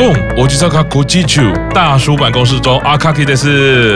ボンおじさかこち中大叔办公室中阿卡基です。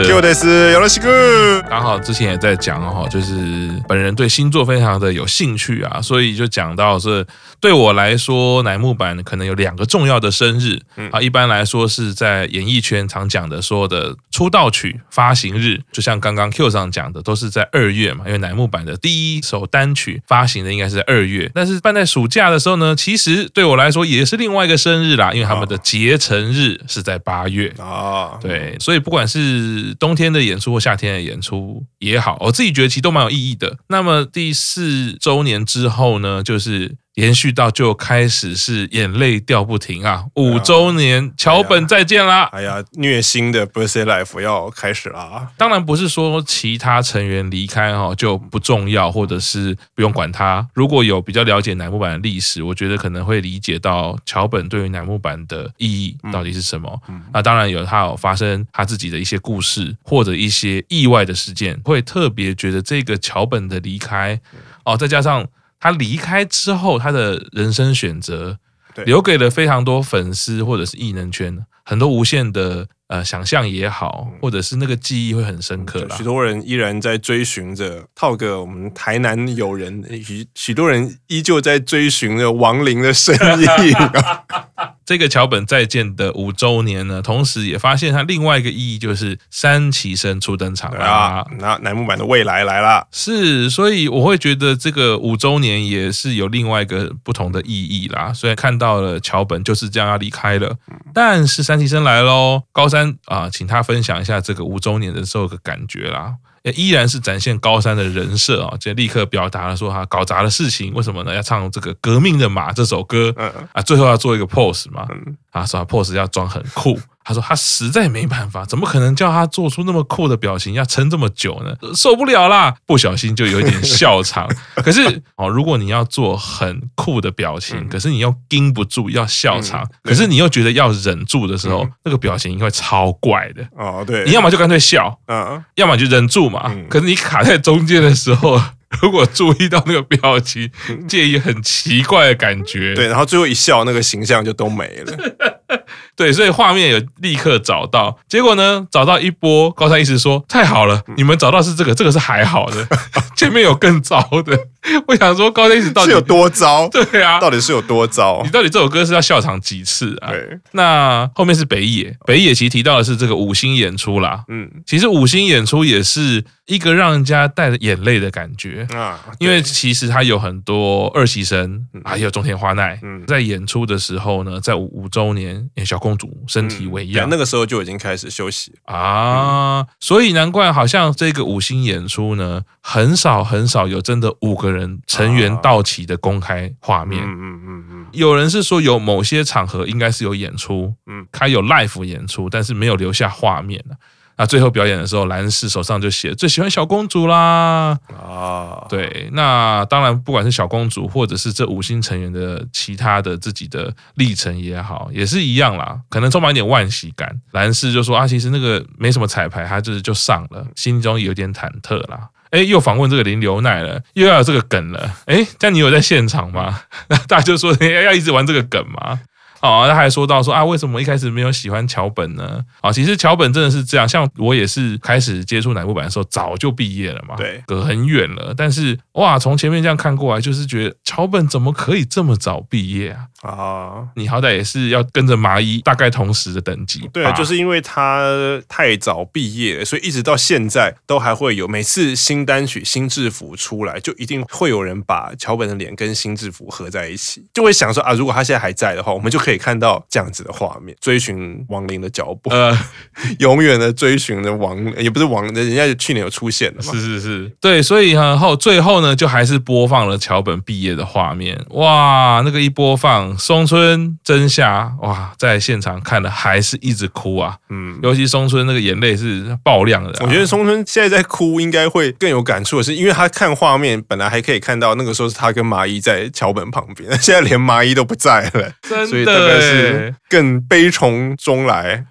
Qです，よろしく。 刚好之前也在讲就是本人对星座非常的有兴趣啊，所以就讲到是对我来说，乃木坂可能有2个重要的生日啊，一般来说是在演艺圈常讲的说的出道曲发行日，就像刚刚 Q 上讲的，都是在2月嘛，因为乃木坂的第一首单曲发行的应该是在2月，但是办在暑假的时候呢，其实对我来说也是另外一个生日啦，因为他们的结成日是在8月啊，对，所以不管是冬天的演出或夏天的演出也好，我自己觉得其实都蛮有意义的。那么第4周年之后呢，就是延续到就开始是眼泪掉不停啊！5周年，桥本再见啦！ 哎呀，虐心的 Birthday Life 要开始啦！ 当然不是说其他成员离开就不重要，或者是不用管他。如果有比较了解乃木坂的历史，我觉得可能会理解到桥本对于乃木坂的意义到底是什么。那当然他有发生他自己的一些故事，或者一些意外的事件，会特别觉得这个桥本的离开再加上他离开之后，他的人生选择留给了非常多粉丝或者是艺能圈很多无限的想象也好，或者是那个记忆会很深刻啦。 许多人依然在追寻着，套个我们台南友人，许多人依旧在追寻着亡灵的身影这个桥本再见的5周年呢，同时也发现它另外一个意义，就是三期生初登场啦。 那乃木坂的未来来啦。 是，所以我会觉得这个5周年也是有另外一个不同的意义啦。虽然看到了桥本就是这样要离开了，但是三期生来咯，高山请他分享一下这个5周年的时候的感觉啦。依然是展现高山的人设就立刻表达了说他搞砸了事情，为什么呢？要唱这个革命的马这首歌最后要做一个 pose 嘛，说他 pose 要装很酷。他说他实在没办法，怎么可能叫他做出那么酷的表情，要撑这么久呢？受不了啦！不小心就有一点笑场。可是如果你要做很酷的表情，可是你又盯不住要笑场，可是你又觉得要忍住的时候，那个表情会超怪的。对，你要么就干脆笑，要么就忍住嘛。可是你卡在中间的时候，如果注意到那个表情，介意很奇怪的感觉。 对，然后最后一笑，那个形象就都没了。 对，所以画面有立刻找到，结果呢，找到一波，高山一直说太好了，你们找到是这个是还好的，前面有更糟的。我想说高山一直到底是有多糟？ 对啊， 到底是有多糟？ 你到底这首歌是要笑场几次啊？ 对， 那后面是北野其实提到的是这个5星演出啦。其实5星演出也是一个让人家带着眼泪的感觉因为其实他有很多2期生还有中田花奈在演出的时候呢，在5周年小公主身体为恙， 那个时候就已经开始休息所以难怪好像这个5星演出呢，很少有真的5个人成员到齐的公开画面。有人是说有某些场合应该是有演出，他有 live 演出，但是没有留下画面那最后表演的时候，蓝氏手上就写最喜欢小公主啦对，那当然不管是小公主或者是这5星成员的其他的自己的历程也好，也是一样啦，可能充满一点惋惜感。蓝氏就说其实那个没什么彩排，他就上了，心中有点忐忑啦。又访问这个林流奈了，又要有这个梗了。这样你有在现场吗？那大家就说要一直玩这个梗吗？他还说到说为什么一开始没有喜欢桥本呢？其实桥本真的是这样，像我也是开始接触乃木坂的时候，早就毕业了嘛， 对， 隔很远了。但是从前面这样看过来，就是觉得桥本怎么可以这么早毕业你好歹也是要跟着麻衣大概同时的等级。 对，就是因为他太早毕业了，所以一直到现在都还会有每次新单曲新制服出来，就一定会有人把桥本的脸跟新制服合在一起，就会想说如果他现在还在的话，我们就可以看到这样子的画面，追寻亡灵的脚步永远的追寻的亡，也不是亡，人家去年有出现的嘛。 是，对，所以最后呢，就还是播放了桥本毕业的画面。那个一播放，松村真夏在现场看了还是一直哭尤其松村那个眼泪是爆亮的我觉得松村现在在哭应该会更有感触的是，因为他看画面本来还可以看到那个时候是他跟麻衣在桥本旁边，现在连麻衣都不在了，所以大概是更悲从中来。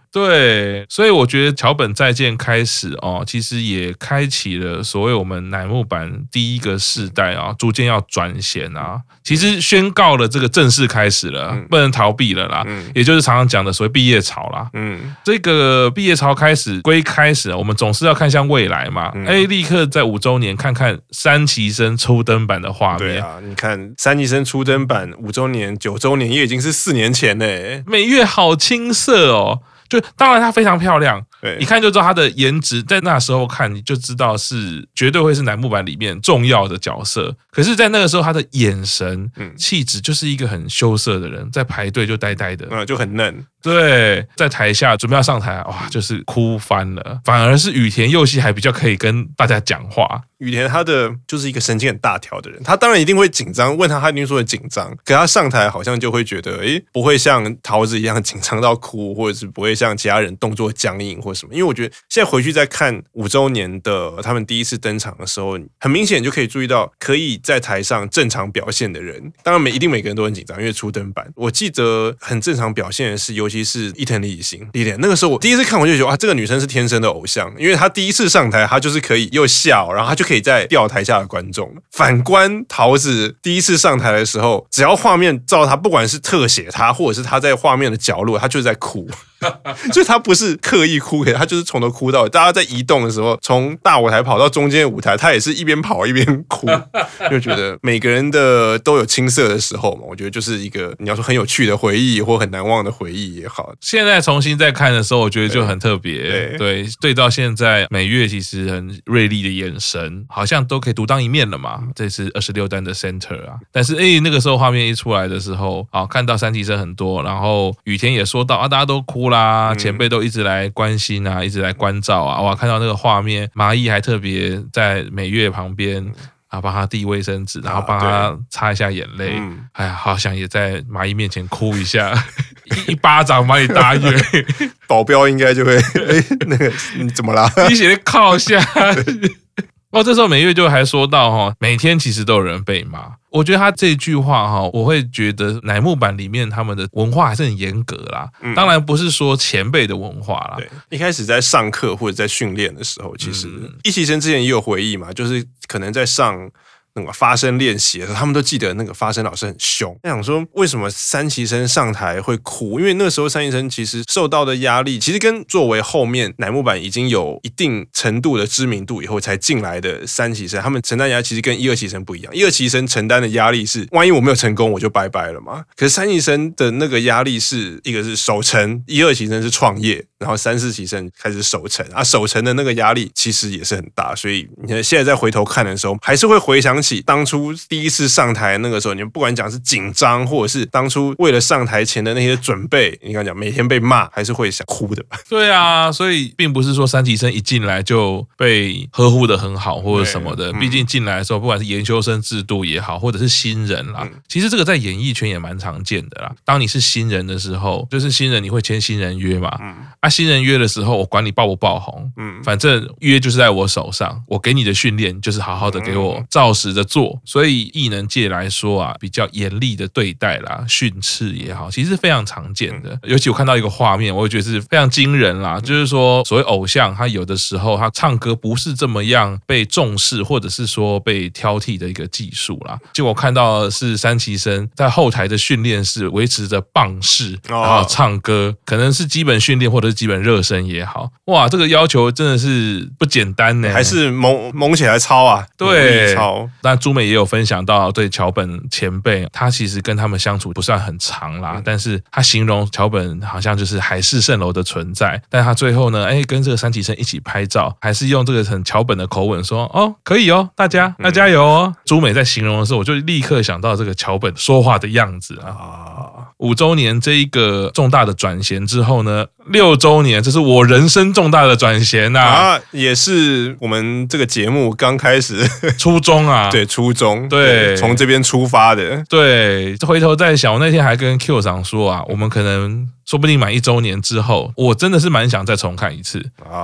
对，所以我觉得桥本再见开始哦，其实也开启了所谓我们乃木坂第一个世代啊，逐渐要转型啊，其实宣告了这个正式开始了，不能逃避了啦，也就是常常讲的所谓毕业潮啦。这个毕业潮开始归开始，我们总是要看向未来嘛。立刻在5周年看看三期生初登版的画面。 对啊，你看三期生初登版5周年、9周年也已经是4年前嘞， 美月好青涩哦。就当然她非常漂亮，一看就知道她的颜值，在那时候看你就知道是绝对会是乃木坂里面重要的角色。可是，在那个时候，她的眼神、气质就是一个很羞涩的人，在排队就呆呆的， 就很嫩。 对，在台下准备要上台，哇，就是哭翻了。反而是羽田佑希还比较可以跟大家讲话。 羽田他的就是一个神经很大条的人，他当然一定会紧张，问他一定说很紧张，可他上台好像就会觉得，不会像桃子一样紧张到哭，或者是不会像其他人动作僵硬或什么。因为我觉得现在回去再看5周年的他们第一次登场的时候，很明显就可以注意到，可以在台上正常表现的人，当然一定每个人都很紧张，因为初登版。我记得很正常表现的是，尤其是伊藤理行莉莲，那个时候我第一次看我就觉得，哇，这个女生是天生的偶像，因为她第一次上台，她就是可以又笑，然后她就可以再吊台下的观众。反观桃子第一次上台的时候，只要画面照她，不管是特写她，或者是她在画面的角落，她就是在哭。所以他不是刻意哭，他就是从头哭到尾。大家在移动的时候，从大舞台跑到中间的舞台，他也是一边跑一边哭，就觉得每个人的都有青涩的时候嘛。我觉得就是一个你要说很有趣的回忆或很难忘的回忆也好。 现在重新再看的时候，我觉得就很特别。对到现在美月其实很锐利的眼神，好像都可以独当一面了嘛。这次26单的 center 啊，但是那个时候画面一出来的时候，看到三期生很多，然后羽田也说到大家都哭啦，前辈都一直来关心啊，一直来关照啊，哇！看到那个画面，麻衣还特别在美月旁边帮他递卫生纸，然后帮他擦一下眼泪。哎呀，好想也在麻衣面前哭一下，一巴掌把你打远， 保镖应该就会那个你怎么啦？ 你写的靠下。这时候美月就还说到每天其实都有人被骂。我觉得他这句话我会觉得乃木坂里面他们的文化还是很严格啦。当然不是说前辈的文化啦。 对，一开始在上课或者在训练的时候，其实一期生之前也有回忆嘛，就是可能在上那个发声练习的时候，他们都记得那个发声老师很凶。想说为什么三期生上台会哭？因为那时候三期生其实受到的压力，其实跟作为后面乃木坂已经有一定程度的知名度以后才进来的三期生，他们承担压力其实跟1、2期生不一样。1、2期生承担的压力是，万一我没有成功，我就拜拜了嘛。可是三期生的那个压力是一个是守成，1、2期生是创业，然后3、4期生开始守成啊，守成的那个压力其实也是很大。所以你看现在再回头看的时候，还是会回想起当初第一次上台那个时候，你们不管讲是紧张，或者是当初为了上台前的那些准备，你刚讲每天被骂，还是会想哭的吧？ 对啊，所以并不是说三期生一进来就被呵护的很好或者什么的，毕竟进来的时候，不管是研修生制度也好，或者是新人啦，其实这个在演艺圈也蛮常见的啦。当你是新人的时候，就是新人你会签新人约嘛，新人约的时候，我管你爆不爆红，反正约就是在我手上，我给你的训练就是好好的给我照实的做。所以艺能界来说啊，比较严厉的对待啦，训斥也好，其实非常常见的。尤其我看到一个画面，我觉得是非常惊人啦，就是说所谓偶像，他有的时候他唱歌不是这么样被重视，或者是说被挑剔的一个技术啦。结果我看到的是三期生在后台的训练是维持着棒式，然后唱歌，可能是基本训练或者是基本热身也好，哇，这个要求真的是不简单呢， 还是猛起来抄啊， 对， 抄。 那朱美也有分享到，对桥本前辈，他其实跟他们相处不算很长啦，但是他形容桥本好像就是海市蜃楼的存在，但他最后呢，跟这个三期生一起拍照，还是用这个很桥本的口吻说，可以哦，大家要加油哦。朱美在形容的时候，我就立刻想到这个桥本说话的样子啊。5周年这一个重大的转衔之后呢，6周年，这是我人生重大的转衔啊， 也是我们这个节目刚开始初中啊， 对，初中， 对， 从这边出发的， 对，回头在想，我那天还跟 Q 长说啊，我们可能说不定满1周年之后，我真的是蛮想再重看一次啊。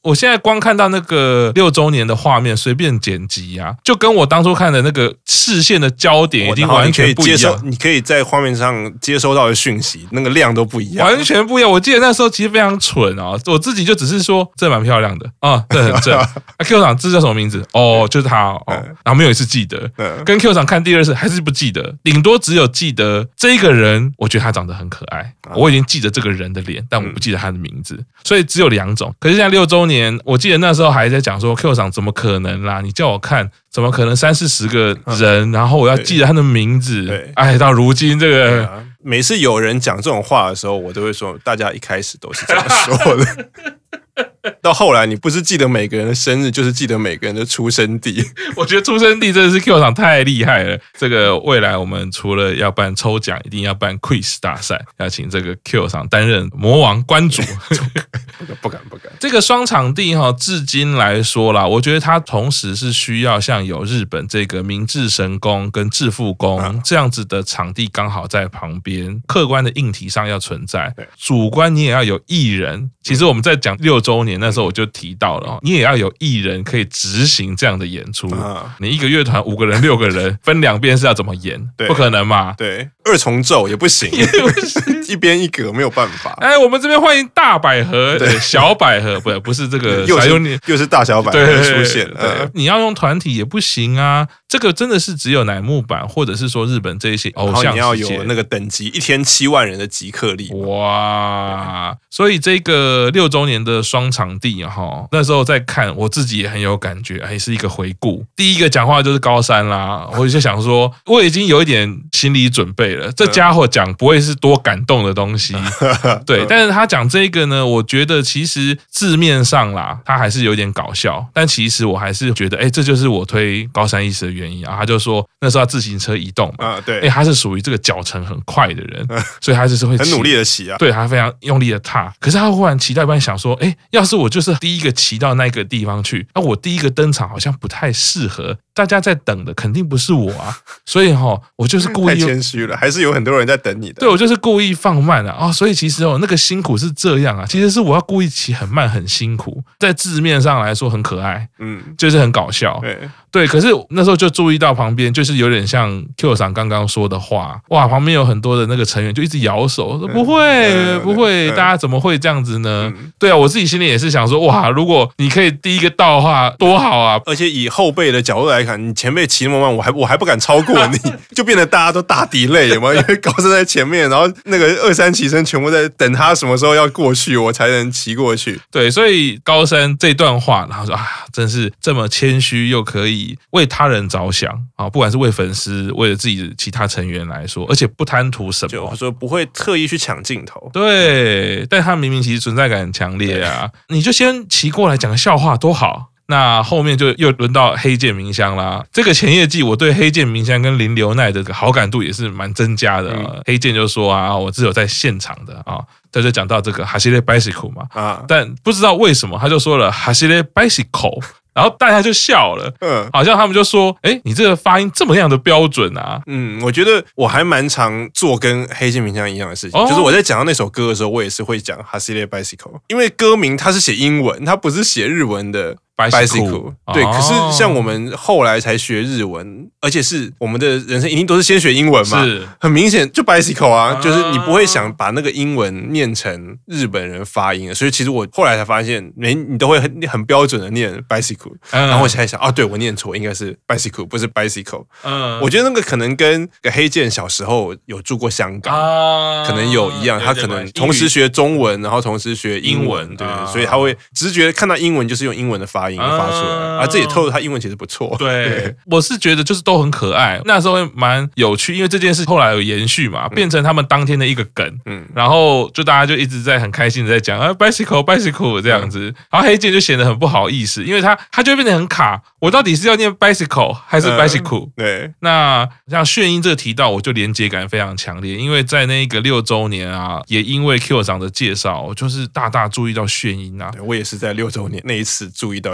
我现在光看到那个6周年的画面，随便剪辑啊，就跟我当初看的那个视线的焦点已经完全不一样。 你可以在画面上接收到的讯息，那个量都不一样， 完全不一样。我记得那时候其实非常蠢哦，我自己就只是说这蛮漂亮的啊，这很正。Q 厂这叫什么名字？哦，就是他哦，然后没有一次记得，跟 Q 厂看第二次还是不记得，顶多只有记得这一个人，我觉得他长得很可爱，我已经记得这个人的脸，但我不记得他的名字，所以只有2种。可是现在6周年，我记得那时候还在讲说 Q 厂怎么可能啦？你叫我看，怎么可能30-40个人，然后我要记得他的名字？哎，到如今这个。 每次有人讲这种话的时候，我都会说，大家一开始都是这样说的。到后来，你不是记得每个人的生日，就是记得每个人的出生地。 我觉得出生地真的是 Q 厂太厉害了。这个未来我们除了要办抽奖，一定要办 quiz 大赛，要请这个 Q 厂担任魔王关主。 不敢。 这个双场地至今来说啦，我觉得它同时是需要像有日本这个明治神宫跟致富宫这样子的场地刚好在旁边，客观的硬体上要存在，主观你也要有艺人。其实我们在讲6周年那时候我就提到了，你也要有艺人可以执行这样的演出。你一个乐团5个人6个人分2边是要怎么演？不可能嘛？ 对，2重奏也不行，一边一格没有办法。 哎，我们这边欢迎大百合、小百合，不是这个， 又是大小百合出现。 你要用团体也不行啊。这个真的是只有乃木坂或者是说日本这一些偶像世界， 你要有那个等级，1天7万人的集客力。 哇！所以这个6周年的双场地那时候在看，我自己也很有感觉，也是一个回顾。第一个讲话就是高山啦，我就想说，我已经有一点心理准备了，这家伙讲不会是多感动的东西，对。但是他讲这个呢，我觉得其实字面上啦，他还是有点搞笑，但其实我还是觉得，这就是我推高山一时的原因啊。他就说那时候他自行车移动嘛， 对， 他是属于这个脚程很快的人，所以他就是会很努力的骑啊， 对，他非常用力的踏。可是他忽然骑到一半想说，要是我就是第一个骑到那个地方去，那我第一个登场好像不太适合，大家在等的肯定不是我啊，所以我就是故意太谦虚了，还是有很多人在等你的。 对，我就是故意放慢啊，所以其实那个辛苦是这样啊，其实是我要故意骑很慢很辛苦，在字面上来说很可爱，就是很搞笑，对。可是那时候就注意到旁边就是有点像 Q 厂刚刚说的话，哇，旁边有很多的那个成员就一直摇手说不会，大家怎么会这样子呢？对啊，我自己心里也是想说，哇，如果你可以第一个到的话，多好啊！ 而且以后辈的角度来看，你前辈骑那么慢，我还不敢超过你，就变得大家都大delay，有没有？因为高山在前面，然后那个2、3骑生全部在等他什么时候要过去，我才能骑过去。 对，所以高山这段话，然后说真是这么谦虚，又可以为他人着想啊，不管是为粉丝，为了自己的其他成员来说，而且不贪图什么， 就说不会特意去抢镜头。 对，但他明明其实存在感很强烈啊，你就先骑过来讲个笑话多好。那后面就又轮到黑剑明香啦。这个前夜季，我对黑剑明香跟林流奈的好感度也是蛮增加的。黑剑就说我只有在现场的啊，他就讲到这个哈西雷 bicycle 嘛，但不知道为什么他就说了哈西雷 bicycle。然后大家就笑了，好像他们就说，你这个发音这么样的标准啊。 我觉得我还蛮常做跟黑剑明香一样的事情，就是我在讲到那首歌的时候，我也是会讲 Hasile Bicycle， 因为歌名它是写英文，它不是写日文的。bicycle， 对，可是像我们后来才学日文，而且是我们的人生一定都是先学英文嘛，是很明显就 bicycle 啊，就是你不会想把那个英文念成日本人发音的，所以其实我后来才发现，你都会很标准的念 bicycle，然后我才想，对我念错，应该是 bicycle， 不是 bicycle。我觉得那个可能跟黑剑小时候有住过香港，可能有一样，他可能同时学中文，然后同时学英文，对，所以他会直觉看到英文就是用英文的发音发出来，这也透露他英文其实不错。 对，我是觉得就是都很可爱，那时候会蛮有趣，因为这件事后来有延续嘛，变成他们当天的一个梗，然后就大家就一直在很开心的在讲bicycle 这样子，然后黑剑就显得很不好意思，因为他就会变得很卡，我到底是要念 bicycle 还是 bicycle？ 对， 那像炫音这个提到，我就连结感非常强烈，因为在那个6周年啊，也因为 Q 长的介绍，我就是大大注意到炫音啊， 我也是在6周年那一次注意到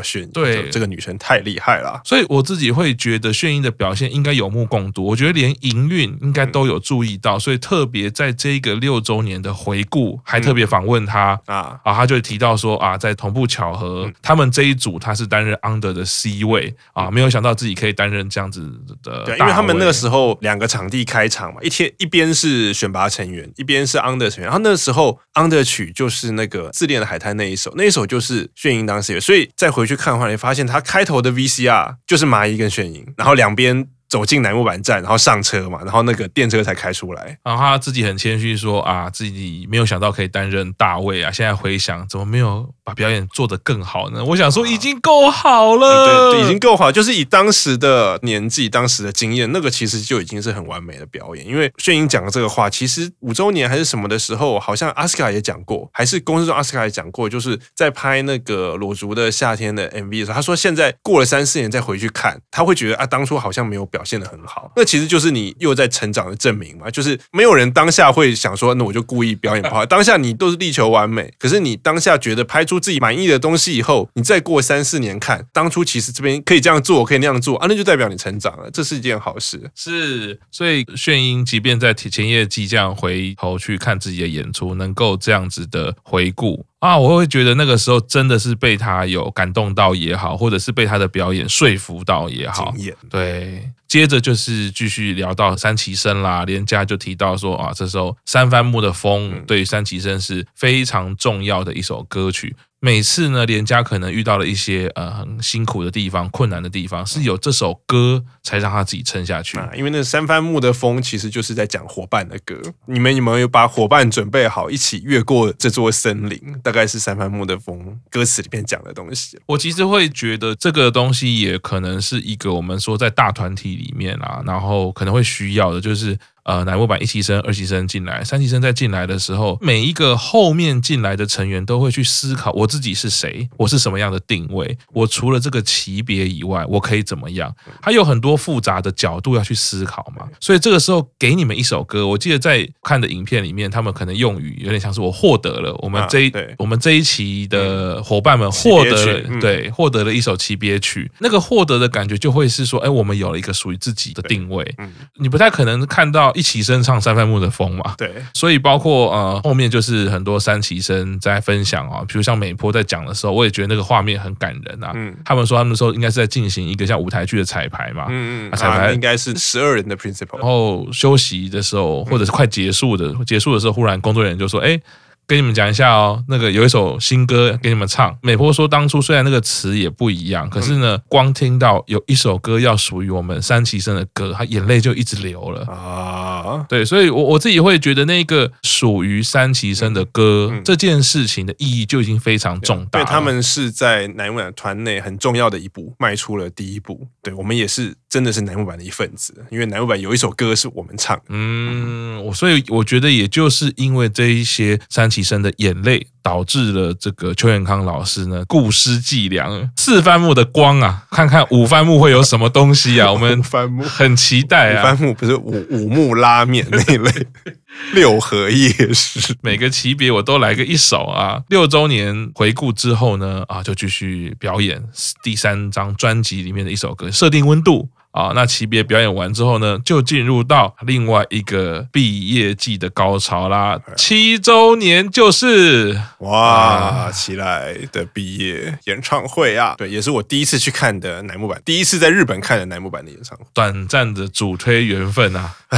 炫， 对， 这个女生太厉害了。 所以我自己会觉得炫英的表现应该有目共睹，我觉得连营运应该都有注意到，所以特别在这个6周年的回顾，还特别访问他他就提到说在同步巧合，他们这一组他是担任 Under 的 C 位没有想到自己可以担任这样子的大位。 对，因为他们那个时候2个场地开场嘛，一边是选拔成员，一边是 Under 成员，然后那个时候 Under 曲就是那个自恋的海滩那一首就是炫英当 C 位，所以再回去看的话，你发现他开头的 VCR 就是麻衣跟炫英，然后两边走进乃木坂站，然后上车嘛，然后那个电车才开出来。 然后他自己很谦虚说自己没有想到可以担任大位现在回想怎么没有把表演做得更好呢？我想说已经够好了， 对，已经够好，就是以当时的年纪、当时的经验，那个其实就已经是很完美的表演。因为炫英讲的这个话，其实5周年还是什么的时候，好像阿斯卡也讲过，还是公司中阿斯卡也讲过，就是在拍那个裸足的夏天的 MV 的时候，他说现在过了3-4年再回去看，他会觉得当初好像没有表现得很好。那其实就是你又在成长的证明嘛，就是没有人当下会想说，那我就故意表演不好，当下你都是力求完美，可是你当下觉得拍出自己满意的东西以后，你再过3-4年看，当初其实这边可以这样做，可以那样做那就代表你成长了，这是一件好事。 是，所以炫英即便在前夜祭这样回头去看自己的演出，能够这样子的回顾我会觉得那个时候真的是被他有感动到也好，或者是被他的表演说服到也好。对，接着就是继续聊到山崎生啦，连家就提到说这时候三番木的风对于山崎生是非常重要的一首歌曲。每次呢，连家可能遇到了一些很辛苦的地方、困难的地方，是有这首歌才让他自己撑下去。 因为那三番木的风其实就是在讲伙伴的歌。你们有没有把伙伴准备好，一起越过这座森林？大概是三番木的风歌词里面讲的东西。 我其实会觉得这个东西也可能是一个我们说在大团体里面然后可能会需要的，就是乃木坂1期生、2期生进来，3期生在进来的时候，每一个后面进来的成员都会去思考我自己是谁，我是什么样的定位，我除了这个级别以外，我可以怎么样？还有很多复杂的角度要去思考嘛。所以这个时候给你们一首歌，我记得在看的影片里面，他们可能用语有点像是我获得了我们这一期的伙伴们获得了获得了一首级别曲，那个获得的感觉就会是说，我们有了一个属于自己的定位。你不太可能看到1期生唱三番木的风嘛， 对， 所以包括后面就是很多3期生在分享比如像美波在讲的时候，我也觉得那个画面很感人他们说他们说应该是在进行一个像舞台剧的彩排嘛， 彩排应该是12人的 principal， 然后休息的时候或者是快结束的时候，忽然工作人员就说跟你们讲一下那个有一首新歌给你们唱。美波说当初虽然那个词也不一样，可是呢光听到有一首歌要属于我们3期生的歌，他眼泪就一直流了对，所以我自己会觉得那个属于3期生的歌这件事情的意义就已经非常重大了。 对，他们是在乃木坂团内很重要的一步，迈出了第一步。对，我们也是真的是乃木坂的一份子，因为乃木坂有一首歌是我们唱的。 所以我觉得也就是因为这一些3期生的眼泪，导致了这个邱元康老师呢顾施伎俩，4番木的光看看5番木会有什么东西我们很期待 5番木不是五木拉面那一类六合夜市， 每个级别我都来个一首6周年回顾之后呢就继续表演第3张专辑里面的一首歌《设定温度》。那级别表演完之后呢，就进入到另外一个毕业季的高潮啦。7周年就是起来的毕业演唱会对，也是我第一次去看的乃木坂，第一次在日本看的乃木坂的演唱会， 短暂的主推缘分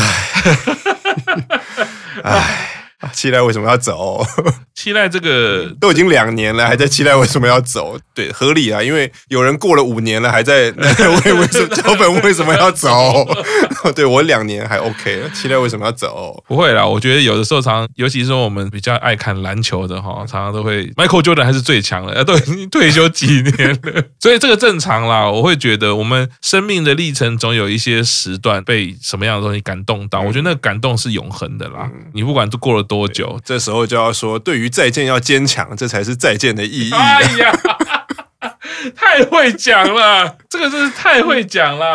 期待为什么要走？ 期待这个都已经2年了，还在期待为什么要走？对，合理因为有人过了5年了，还在为什么脚本为什么要走？对，我2年还 OK， 期待为什么要走？ 不会啦，我觉得有的时候尤其是我们比较爱看篮球的常常都会 Michael Jordan 还是最强的，都已经退休几年了，所以这个正常啦。我会觉得我们生命的历程总有一些时段被什么样的东西感动到，我觉得那个感动是永恒的啦。你不管过了多久， 这时候就要说，对于再见要坚强，这才是再见的意义。 哎呀，太会讲了，这个真是太会讲了。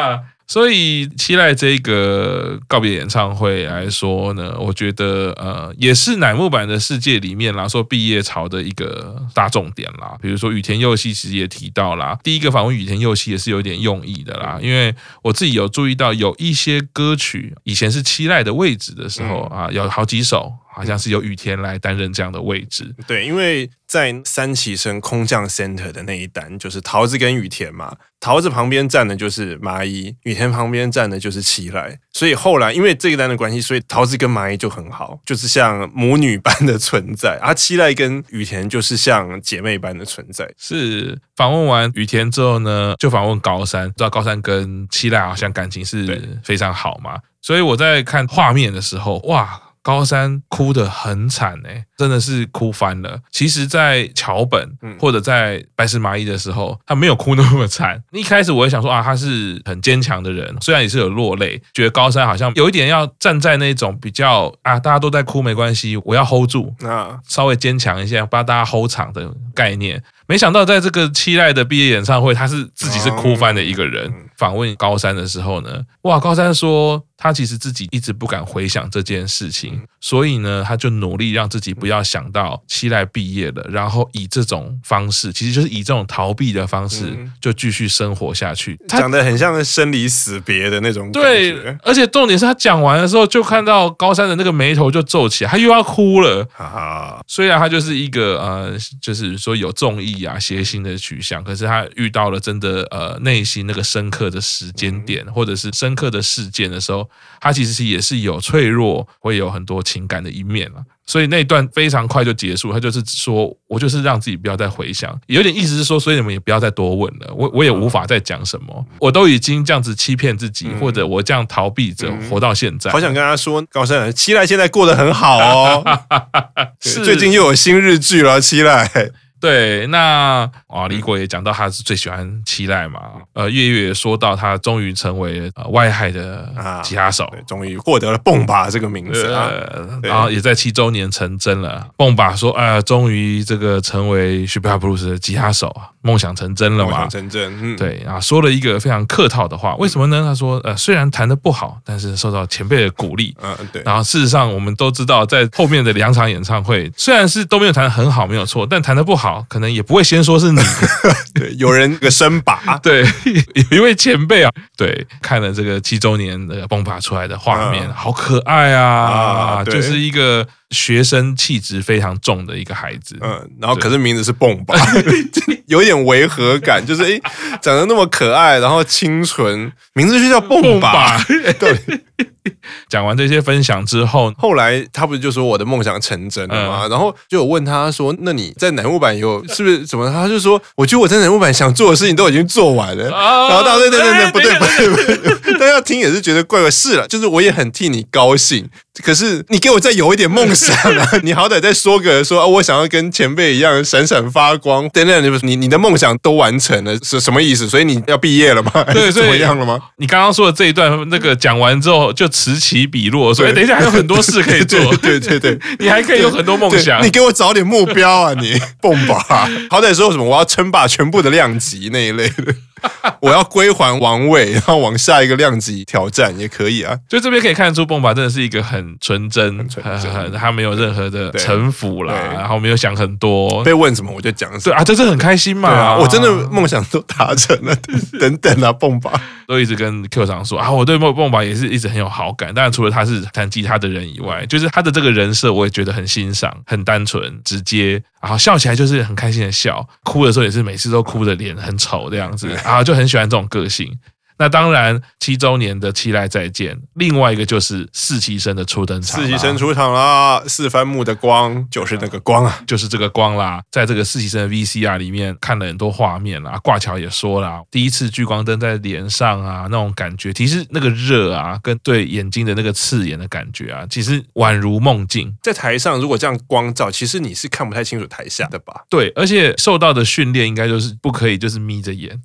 所以期待这个告别演唱会来说呢，我觉得也是乃木坂的世界里面啦，说毕业潮的一个大重点啦。比如说羽田佑希其实也提到啦，第一个访问羽田佑希也是有点用意的啦，因为我自己有注意到有一些歌曲以前是期待的位置的时候啊，有好几首好像是由羽田来担任这样的位置。 对，因为在三期生空降 center 的那一单，就是桃子跟羽田嘛，桃子旁边站的就是麻衣，羽田旁边站的就是期待，所以后来因为这一单的关系，所以桃子跟麻衣就很好，就是像母女般的存在，而期待跟羽田就是像姐妹般的存在。 是访问完羽田之后呢，就访问高山，知道高山跟期待好像感情是非常好嘛，所以我在看画面的时候，哇，高山哭得很惨真的是哭翻了。其实在桥本或者在白石麻衣的时候，他没有哭那么惨。一开始我也想说啊，他是很坚强的人，虽然也是有落泪，觉得高山好像有一点要站在那种比较大家都在哭没关系，我要 hold 住稍微坚强一下，帮大家 hold 场的概念。没想到在这个期待的毕业演唱会，他是自己是哭翻的一个人。访问高山的时候呢，哇，高山说他其实自己一直不敢回想这件事情，所以呢，他就努力让自己不要想到期待毕业了，然后以这种方式，其实就是以这种逃避的方式，就继续生活下去。 讲得很像生离死别的那种感觉。 对，而且重点是他讲完的时候，就看到高山的那个眉头就皱起来，他又要哭了。虽然他就是一个就是说有综艺谐星的取向，可是他遇到了真的内心那个深刻的时间点，或者是深刻的事件的时候，他其实也是有脆弱，会有很多情感的一面了。所以那一段非常快就结束，他就是说我就是让自己不要再回想，有点意思是说，所以你们也不要再多问了，我也无法再讲什么，我都已经这样子欺骗自己，或者我这样逃避着活到现在。 好想跟他说，高山期待现在过得很好哦，最近又有新日剧了，期待。 对，那李果也讲到他是最喜欢期待嘛，月月也说到他终于成为外海的吉他手， 终于获得了蹦把这个名字然后也在7周年成真了。蹦把说终于这个成为 Super Blues 的吉他手，梦想成真了嘛， 梦想成真。 对说了一个非常客套的话，为什么呢？他说虽然弹得不好，但是受到前辈的鼓励。 对。 然后事实上我们都知道，在后面的2场演唱会，虽然是都没有弹得很好，没有错，但弹得不好，可能也不会先说是你。 对，有人个伸把。 对，有一位前辈对，看了这个7周年的蹦把出来的画面，好可爱就是一个学生气质非常重的一个孩子。 然后可是名字是蹦把，有点违和感，就是长得那么可爱，然后清纯，名字就叫蹦把。对。 讲完这些分享之后， 后来他不是就说我的梦想成真了吗？然后就有问他说，那你在乃木坂是不是怎么？他就说，我觉得我在乃木坂想做的事情都已经做完了。然后他说对，不对，大家听也是觉得怪怪。是了，就是我也很替你高兴，可是你给我再有一点梦想你好歹再说我想要跟前辈一样闪闪发光。等等，你的梦想都完成了是什么意思？所以你要毕业了吗？对，怎么样了吗？ 你刚刚说的这一段那个讲完之后就此起彼落，所以等一下还有很多事可以做。 对， 你还可以有很多梦想。 你给我找点目标你蹦吧，好歹说什么我要称霸全部的量级那一类的。我要归还王位，然后往下一个量级挑战也可以啊。 就这边可以看出，蹦吧真的是一个很纯真，他没有任何的城府啦，然后没有想很多， 被问什么我就讲什么。 对这是很开心嘛。 我真的梦想都达成了，等等蹦吧都一直跟 Q 长说我对蹦吧也是一直很有好感。当然除了他是弹吉他的人以外，就是他的这个人设我也觉得很欣赏，很单纯直接，然后笑起来就是很开心的笑，哭的时候也是每次都哭的脸很丑这样子就很喜欢这种个性。那当然7周年的期待再见，另外一个就是4期生的初登场。4期生出场啦，4番木的光就是那个光就是这个光啦。在这个4期生的 VCR 里面看了很多画面啦，挂桥也说啦，第一次聚光灯在脸上那种感觉，其实那个热跟对眼睛的那个刺眼的感觉其实宛如梦境。 在台上如果这样光照，其实你是看不太清楚台下的吧？ 对，而且受到的训练应该就是不可以就是眯着眼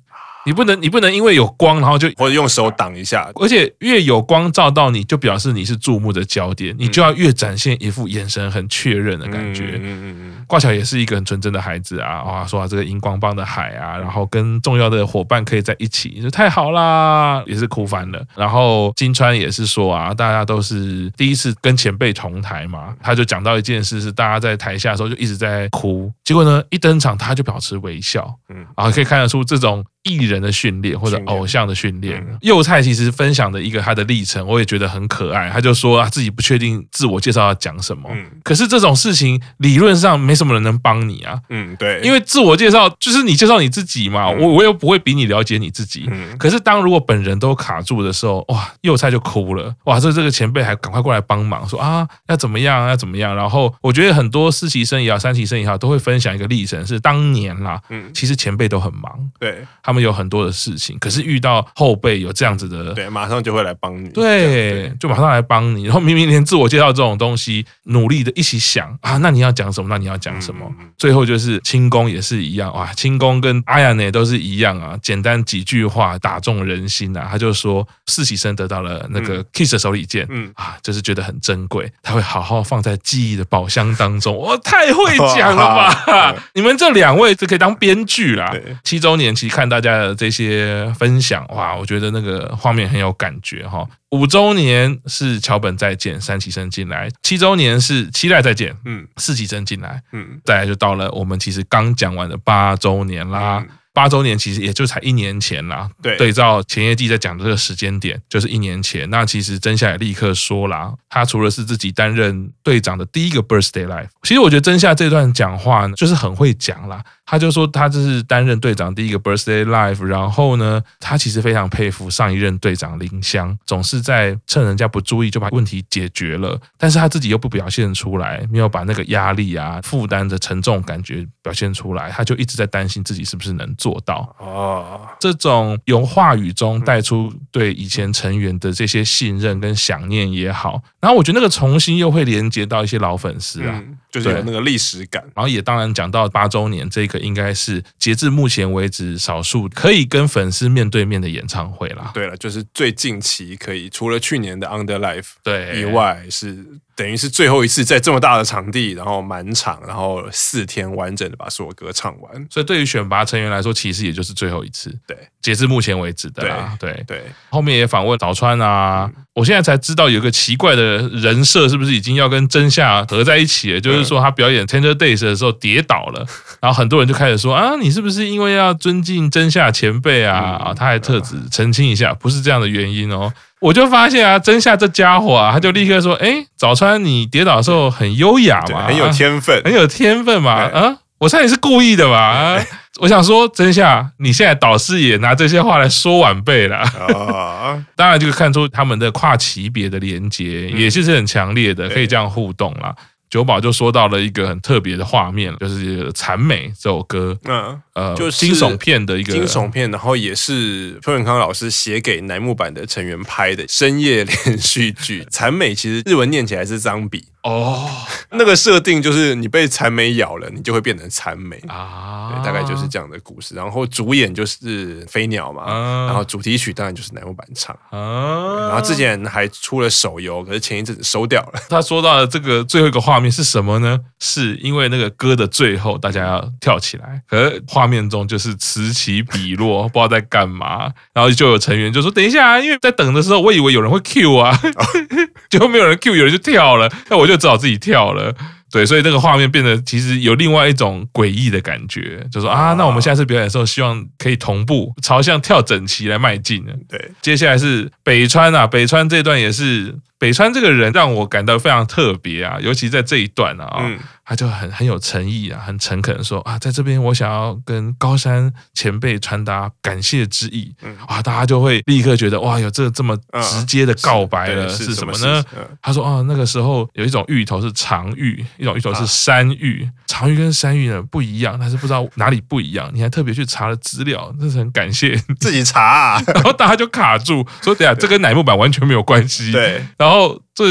你不能因为有光然后就或者用手挡一下， 而且越有光照到你，就表示你是注目的焦点，你就要越展现一副眼神很确认的感觉。挂巧也是一个很纯真的孩子啊，哇，说这个荧光棒的海啊，然后跟重要的伙伴可以在一起，就太好啦，也是哭翻了。然后金川也是说啊，大家都是第一次跟前辈同台嘛，他就讲到一件事是，大家在台下的时候就一直在哭，结果呢一登场他就保持微笑，然后可以看得出这种艺人的训练或者偶像的训练。幼菜其实分享的一个他的历程，我也觉得很可爱。他就说自己不确定自我介绍要讲什么，可是这种事情理论上没什么人能帮你啊。 对， 因为自我介绍就是你介绍你自己嘛，我又不会比你了解你自己。可是当如果本人都卡住的时候，哇，幼菜就哭了，哇，这个前辈还赶快过来帮忙，说要怎么样要怎么样。然后我觉得很多4期生也好，3期生也好，都会分享一个历程，是当年啦，其实前辈都很忙， 对， 他们有很多的事情，可是遇到后辈有这样子的， 对，马上就会来帮你， 对，就马上来帮你。然后明明连自我介绍这种东西，努力的一起想那你要讲什么？那你要讲什么？最后就是轻功也是一样，哇，轻功跟阿雅呢都是一样啊，简单几句话打中人心啊。他就说4期生得到了那个 Kiss 的手里剑，就是觉得很珍贵，他会好好放在记忆的宝箱当中。太会讲了吧！你们这2位就可以当编剧啦。7周年其实看大家的这些分享，哇，我觉得那个画面很有感觉哈。5周年是桥本再见，3期生进来；7周年是期待再见，4期生进来，再来就到了我们其实刚讲完的8周年啦。8周年其实也就才1年前啦，对照前业季在讲的这个时间点，就是1年前。那其实真夏也立刻说啦，他除了是自己担任队长的第一个 birthday life， 其实我觉得真夏这段讲话呢，就是很会讲啦。他就说他这是担任队长第一个 birthday life， 然后呢，他其实非常佩服上一任队长林香，总是在趁人家不注意就把问题解决了，但是他自己又不表现出来，没有把那个压力啊、负担的沉重感觉表现出来，他就一直在担心自己是不是能做到。这种由话语中带出对以前成员的这些信任跟想念也好，然后我觉得那个重新又会连接到一些老粉丝啊， 就是有那个历史感。 然后也当然讲到8周年这个应该是截至目前为止少数可以跟粉丝面对面的演唱会啦。 对了，就是最近期可以除了去年的 Under Life 对以外，是等于是最后一次在这么大的场地，然后满场，然后4天完整的把所有歌唱完。 所以对于选拔成员来说，其实也就是最后一次。 对， 截至目前为止的啦。对， 对， 后面也访问早川啊，我现在才知道有个奇怪的人设，是不是已经要跟真夏合在一起了？就是说他表演 Tender Days 的时候跌倒了，然后很多人就开始说你是不是因为要尊敬真夏前辈啊？他还特指澄清一下，不是这样的原因哦。我就发现真夏这家伙他就立刻说：“早川你跌倒的时候很优雅嘛， 很有天分， 很有天分嘛。”我猜你是故意的吧？我想说，真夏，你现在导师也拿这些话来说晚辈了。当然，就看出他们的跨级别的连结，也是很强烈的，可以这样互动啦。九保就说到了一个很特别的画面，就是《残美》这首歌，就是惊悚片的一个惊悚片，然后也是邱永康老师写给乃木坂的成员拍的深夜连续剧。《残美》其实日文念起来是脏笔那个设定就是你被残美咬了，你就会变成残美啊，对，大概就是这样的故事。然后主演就是飞鸟嘛，然后主题曲当然就是乃木坂唱然后之前还出了手游，可是前一阵子收掉了。 他说到的这个最后一个画面是什么呢？是因为那个歌的最后大家要跳起来，可是画面中就是此起彼落，不知道在干嘛。然后就有成员就说：“等一下因为在等的时候，我以为有人会 Q 啊，结果没有人 Q， 有人就跳了，那我就只好自己跳了。”对，所以那个画面变得其实有另外一种诡异的感觉，就说那我们下次表演的时候，希望可以同步朝向跳整齐来迈进。 对， 接下来是北川北川这段也是。北川这个人让我感到非常特别尤其在这一段他就很有诚意很诚恳的说在这边我想要跟高山前辈传达感谢之意大家就会立刻觉得哇，有这么直接的告白了，是什么呢？他说那个时候有一种芋头是长芋，一种芋头是山芋，长芋跟山芋呢不一样，但是不知道哪里不一样，你还特别去查了资料，真是很感谢自己查然后大家就卡住说，对这跟乃木坂完全没有关系。 对。 然后这是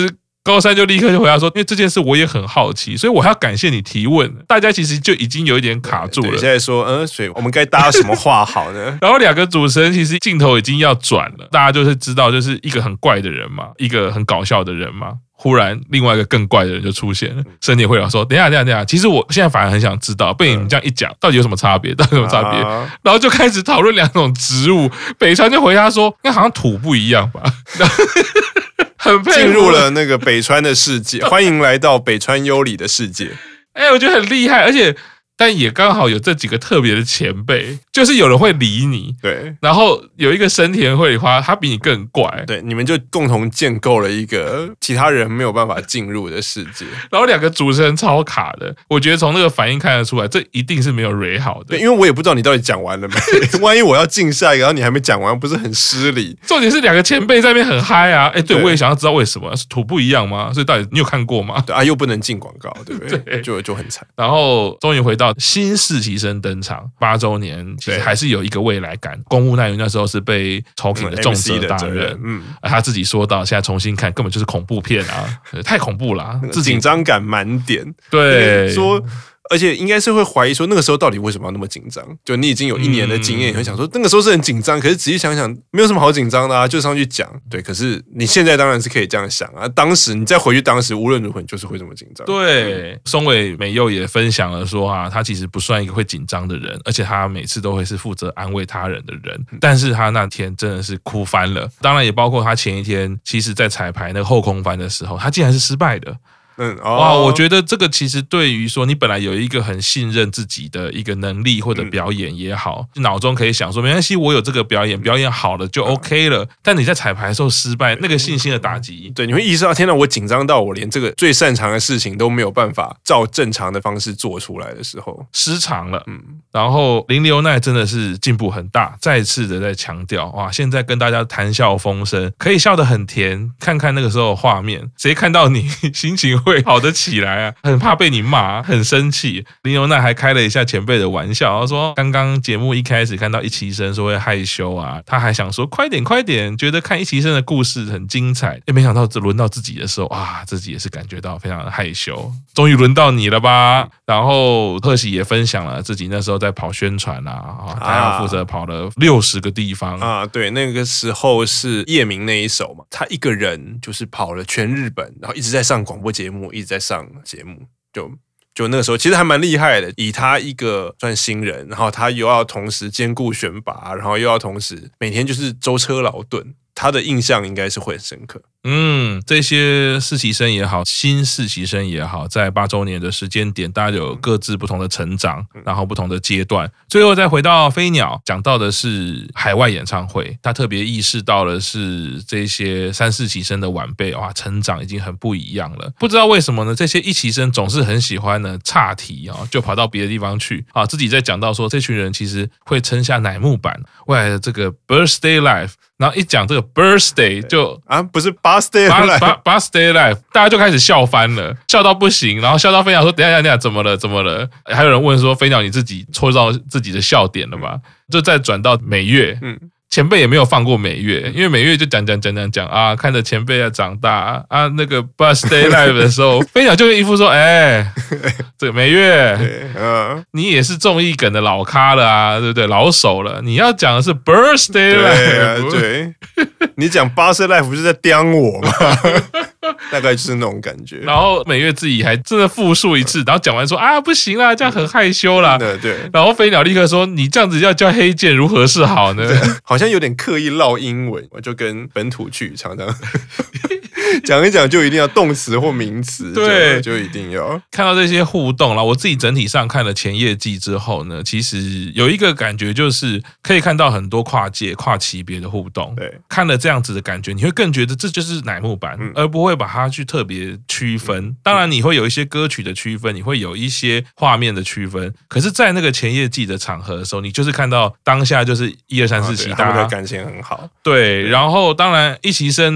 高山就立刻就回答说，因为这件事我也很好奇，所以我还要感谢你提问。大家其实就已经有一点卡住了。 现在说，所以我们该搭什么话好呢？ 然后2个主持人其实镜头已经要转了，大家就是知道，就是一个很怪的人嘛，一个很搞笑的人嘛。忽然，另外一个更怪的人就出现了。森田会长说：“等一下，其实我现在反而很想知道，被你们这样一讲，到底有什么差别？到底有什么差别？”然后就开始讨论2种植物。北川就回答说：“那好像土不一样吧？”很佩服进入了那个北川的世界，欢迎来到北川优里的世界。 我觉得很厉害，而且。但也刚好有这几个特别的前辈，就是有人会理你， 对， 然后有一个深田绘里花，他比你更怪， 对，你们就共同建构了一个其他人没有办法进入的世界。 然后2个主持人超卡的，我觉得从那个反应看得出来，这一定是没有 re 好的。 对，因为我也不知道你到底讲完了没，万一我要进下一个，然后你还没讲完，不是很失礼？ 重点是2个前辈在那边很嗨啊，对我也想要知道为什么是土不一样吗？所以到底你有看过吗？ 对啊，又不能进广告，对不对？ 对， 就很惨。 然后终于回到新实习生登场8周年，其实还是有一个未来感。公务奈于那时候是被抽屏的重责大人，他自己说到，现在重新看根本就是恐怖片啊，太恐怖了， 紧张感满点。 对， 说。而且应该是会怀疑说那个时候到底为什么要那么紧张？就你已经有1年的经验，你会想说那个时候是很紧张，可是仔细想想没有什么好紧张的啊，就上去讲。对，可是你现在当然是可以这样想啊。当时你再回去，当时无论如何你就是会这么紧张。 对，松尾美佑也分享了说他其实不算一个会紧张的人，而且他每次都会是负责安慰他人的人。但是他那天真的是哭翻了，当然也包括他前一天，其实在彩排那个后空翻的时候，他竟然是失败的。哇，我觉得这个其实对于说你本来有一个很信任自己的一个能力或者表演也好，脑中可以想说没关系，我有这个表演好了就 OK 了。但你在彩排的时候失败，那个信心的打击， 对，你会意识到天哪，我紧张到我连这个最擅长的事情都没有办法照正常的方式做出来的时候， 失常了。然后林流奈真的是进步很大，再次的在强调，哇，现在跟大家谈笑风生，可以笑得很甜。看看那个时候的画面，谁看到你心情会好得起来啊？很怕被你骂，很生气。林流奈还开了一下前辈的玩笑，他说刚刚节目一开始看到一期生说会害羞啊，他还想说快点，觉得看一期生的故事很精彩。没想到轮到自己的时候啊，自己也是感觉到非常的害羞。终于轮到你了吧？然后贺喜也分享了自己那时候在跑宣传啊，他要负责跑了60个地方啊。对，那个时候是叶明那一首嘛，他一个人就是跑了全日本，然后一直在上广播节目，一直在上节目，就那个时候其实还蛮厉害的。以他一个算新人，然后他又要同时兼顾选拔，然后又要同时每天就是舟车劳顿，他的印象应该是会很深刻。 这些实习生也好，新实习生也好，在8周年的时间点，大家有各自不同的成长，然后不同的阶段。最后再回到飞鸟，讲到的是海外演唱会，他特别意识到的是这些3、4期生的晚辈，哇，成长已经很不一样了。不知道为什么呢？这些1期生总是很喜欢呢岔题啊，就跑到别的地方去啊，自己在讲到说这群人其实会撑下乃木坂未来的这个 birthday life。然后一讲这个 birthday 就不是 birthday life，birthday life， 大家就开始笑翻了，笑到不行，然后笑到飞鸟说等一下怎么了？还有人问说飞鸟你自己戳到自己的笑点了吧？就再转到美月，前辈也没有放过美月，因为美月就讲啊，看着前辈要长大啊，那个 birthday life 的时候，飞鸟就一副说，这个美月，你也是综艺梗的老咖了啊，对不对？老手了，你要讲的是 birthday life， 对，你讲 birthday life 不是在刁我吗？大概就是那种感觉。 然后美月自己还真的复述一次，然后讲完说啊不行啦，这样很害羞啦。 对。 然后飞鸟立刻说，你这样子要叫黑剑如何是好呢？ 好像有点刻意烙英文，我就跟本土剧常常讲一讲，就一定要动词或名词，对，就一定要看到这些互动啦。我自己整体上看了前夜季之后呢，其实有一个感觉就是可以看到很多跨界、跨级别的互动。 对， 看了这样子的感觉，你会更觉得这就是乃木坂，而不会把它去特别区分。当然，你会有一些歌曲的区分，你会有一些画面的区分。可是，在那个前夜季的场合的时候，你就是看到当下就是1、2、3、4期他们的感情很好。 对，然后当然一期生呢。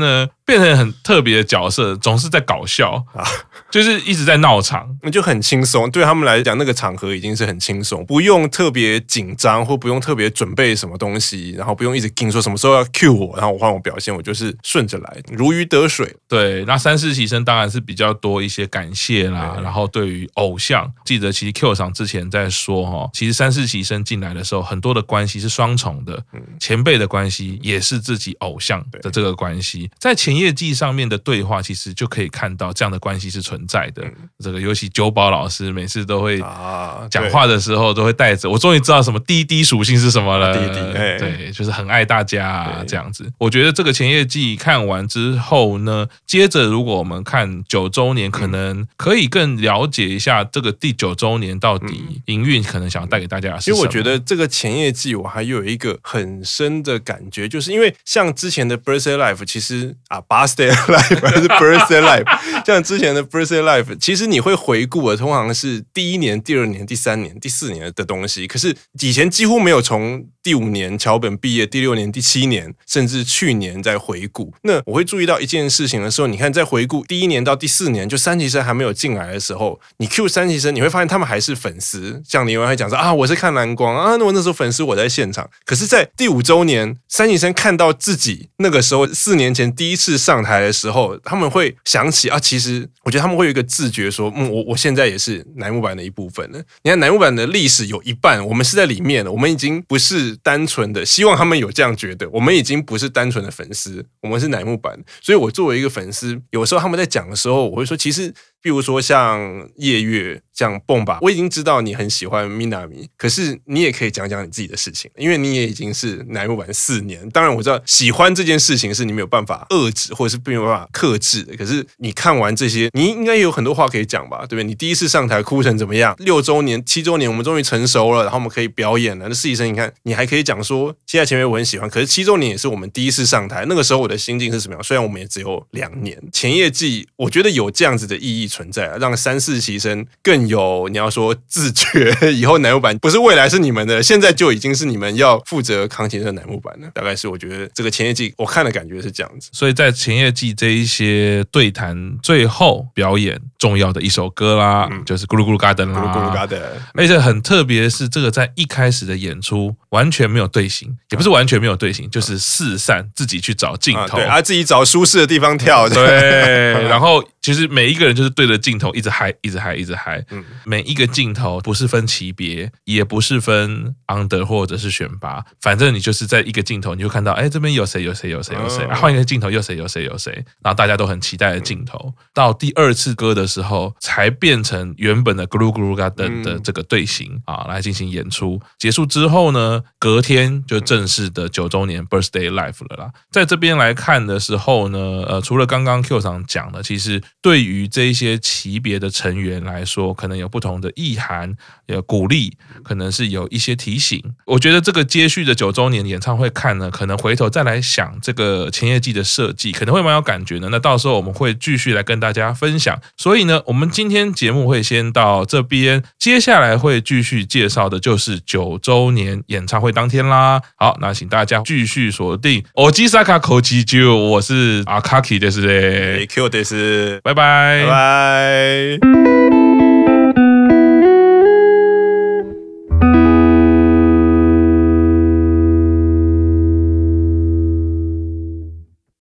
变成很特别的角色，总是在搞笑就是一直在闹场， 那就很轻松。对他们来讲，那个场合已经是很轻松，不用特别紧张，或不用特别准备什么东西，然后不用一直盯说什么时候要 cue 我，然后我换我表现，我就是顺着来，如鱼得水。 对，那三世习生当然是比较多一些感谢啦，然后对于偶像，记得其实 Q 厂之前在说其实三世习生进来的时候，很多的关系是双重的，前辈的关系也是自己偶像的这个关系，在前业季上面的对话，其实就可以看到这样的关系是存在的。这个尤其九保老师每次都会讲话的时候，都会带着我终于知道什么滴滴属性是什么了。滴滴，对，就是很爱大家这样子。我觉得这个前业季看完之后呢，接着如果我们看9周年，可能可以更了解一下这个第9周年到底营运可能想要带给大家的是什么。 其实我觉得这个前业季我还有一个很深的感觉，就是因为像之前的 Birthday Life， 其实Birthday Life 还是 Birthday Life， 像之前的 Birthday Life， 其实你会回顾的通常是第1年、第2年、第3年、第4年的东西，可是以前几乎没有从第5年桥本毕业，第6年、第7年，甚至去年在回顾。那我会注意到一件事情的时候，你看在回顾第1年到第4年，就三期生还没有进来的时候，你 Q 三期生，你会发现他们还是粉丝。像李文还讲说我是看蓝光我那时候粉丝我在现场。可是，在第5周年，三期生看到自己那个时候4年前第一次上台的时候，他们会想起其实我觉得他们会有一个自觉说，我现在也是乃木坂的一部分了。你看乃木坂的历史有一半，我们是在里面了，我们已经不是单纯的，希望他们有这样觉得，我们已经不是单纯的粉丝，我们是乃木坂。所以我作为一个粉丝，有时候他们在讲的时候，我会说，其实比如说像夜月、像蹦吧，我已经知道你很喜欢 Minami， 可是你也可以讲讲你自己的事情，因为你也已经是乃木坂4年。当然我知道喜欢这件事情是你没有办法遏制，或者是没有办法克制的。可是你看完这些，你应该也有很多话可以讲吧，对不对？你第一次上台哭成怎么样？6周年、7周年，我们终于成熟了，然后我们可以表演了。那实习生，你看，你还可以讲说，现在前辈我很喜欢，可是7周年也是我们第一次上台，那个时候我的心境是什么样？虽然我们也只有2年，前业季我觉得有这样子的意义存在，让3、4期生更有你要说自觉，以后乃木坂不是未来是你们的，现在就已经是你们要负责扛起这乃木坂了。大概是我觉得这个前业季我看的感觉是这样子。 所以在前业季这一些对谈最后表演重要的一首歌啦，就是咕噜咕噜 Garden 啦， 咕噜咕噜 Garden。 而且很特别是这个在一开始的演出完全没有队形，也不是完全没有队形，就是四散自己去找镜头， 对自己找舒适的地方跳。 对，然后其实每一个人就是对着镜头一直嗨，一直嗨，一直嗨。每一个镜头不是分级别，也不是分 under 或者是选拔，反正你就是在一个镜头，你就看到，这边有谁有谁有谁有谁，换一个镜头又谁有谁有谁，然后大家都很期待的镜头。到第2次歌的时候，才变成原本的 Guru Guru Garden 的这个队形来进行演出。结束之后呢，隔天就正式的9周年 Birthday Live 了啦。在这边来看的时候呢，除了刚刚 Q 厂讲的，其实对于这一些级别的成员来说，可能有不同的意涵，有鼓励，可能是有一些提醒。我觉得这个接续的9周年演唱会看呢，可能回头再来想这个前业季的设计，可能会蛮有感觉的。那到时候我们会继续来跟大家分享。所以呢，我们今天节目会先到这边，接下来会继续介绍的就是9周年演唱会当天啦。好，那请大家继续锁定Ojisaka Kochiju， 我是Akaki ですね。 Q です。 拜拜， 拜拜。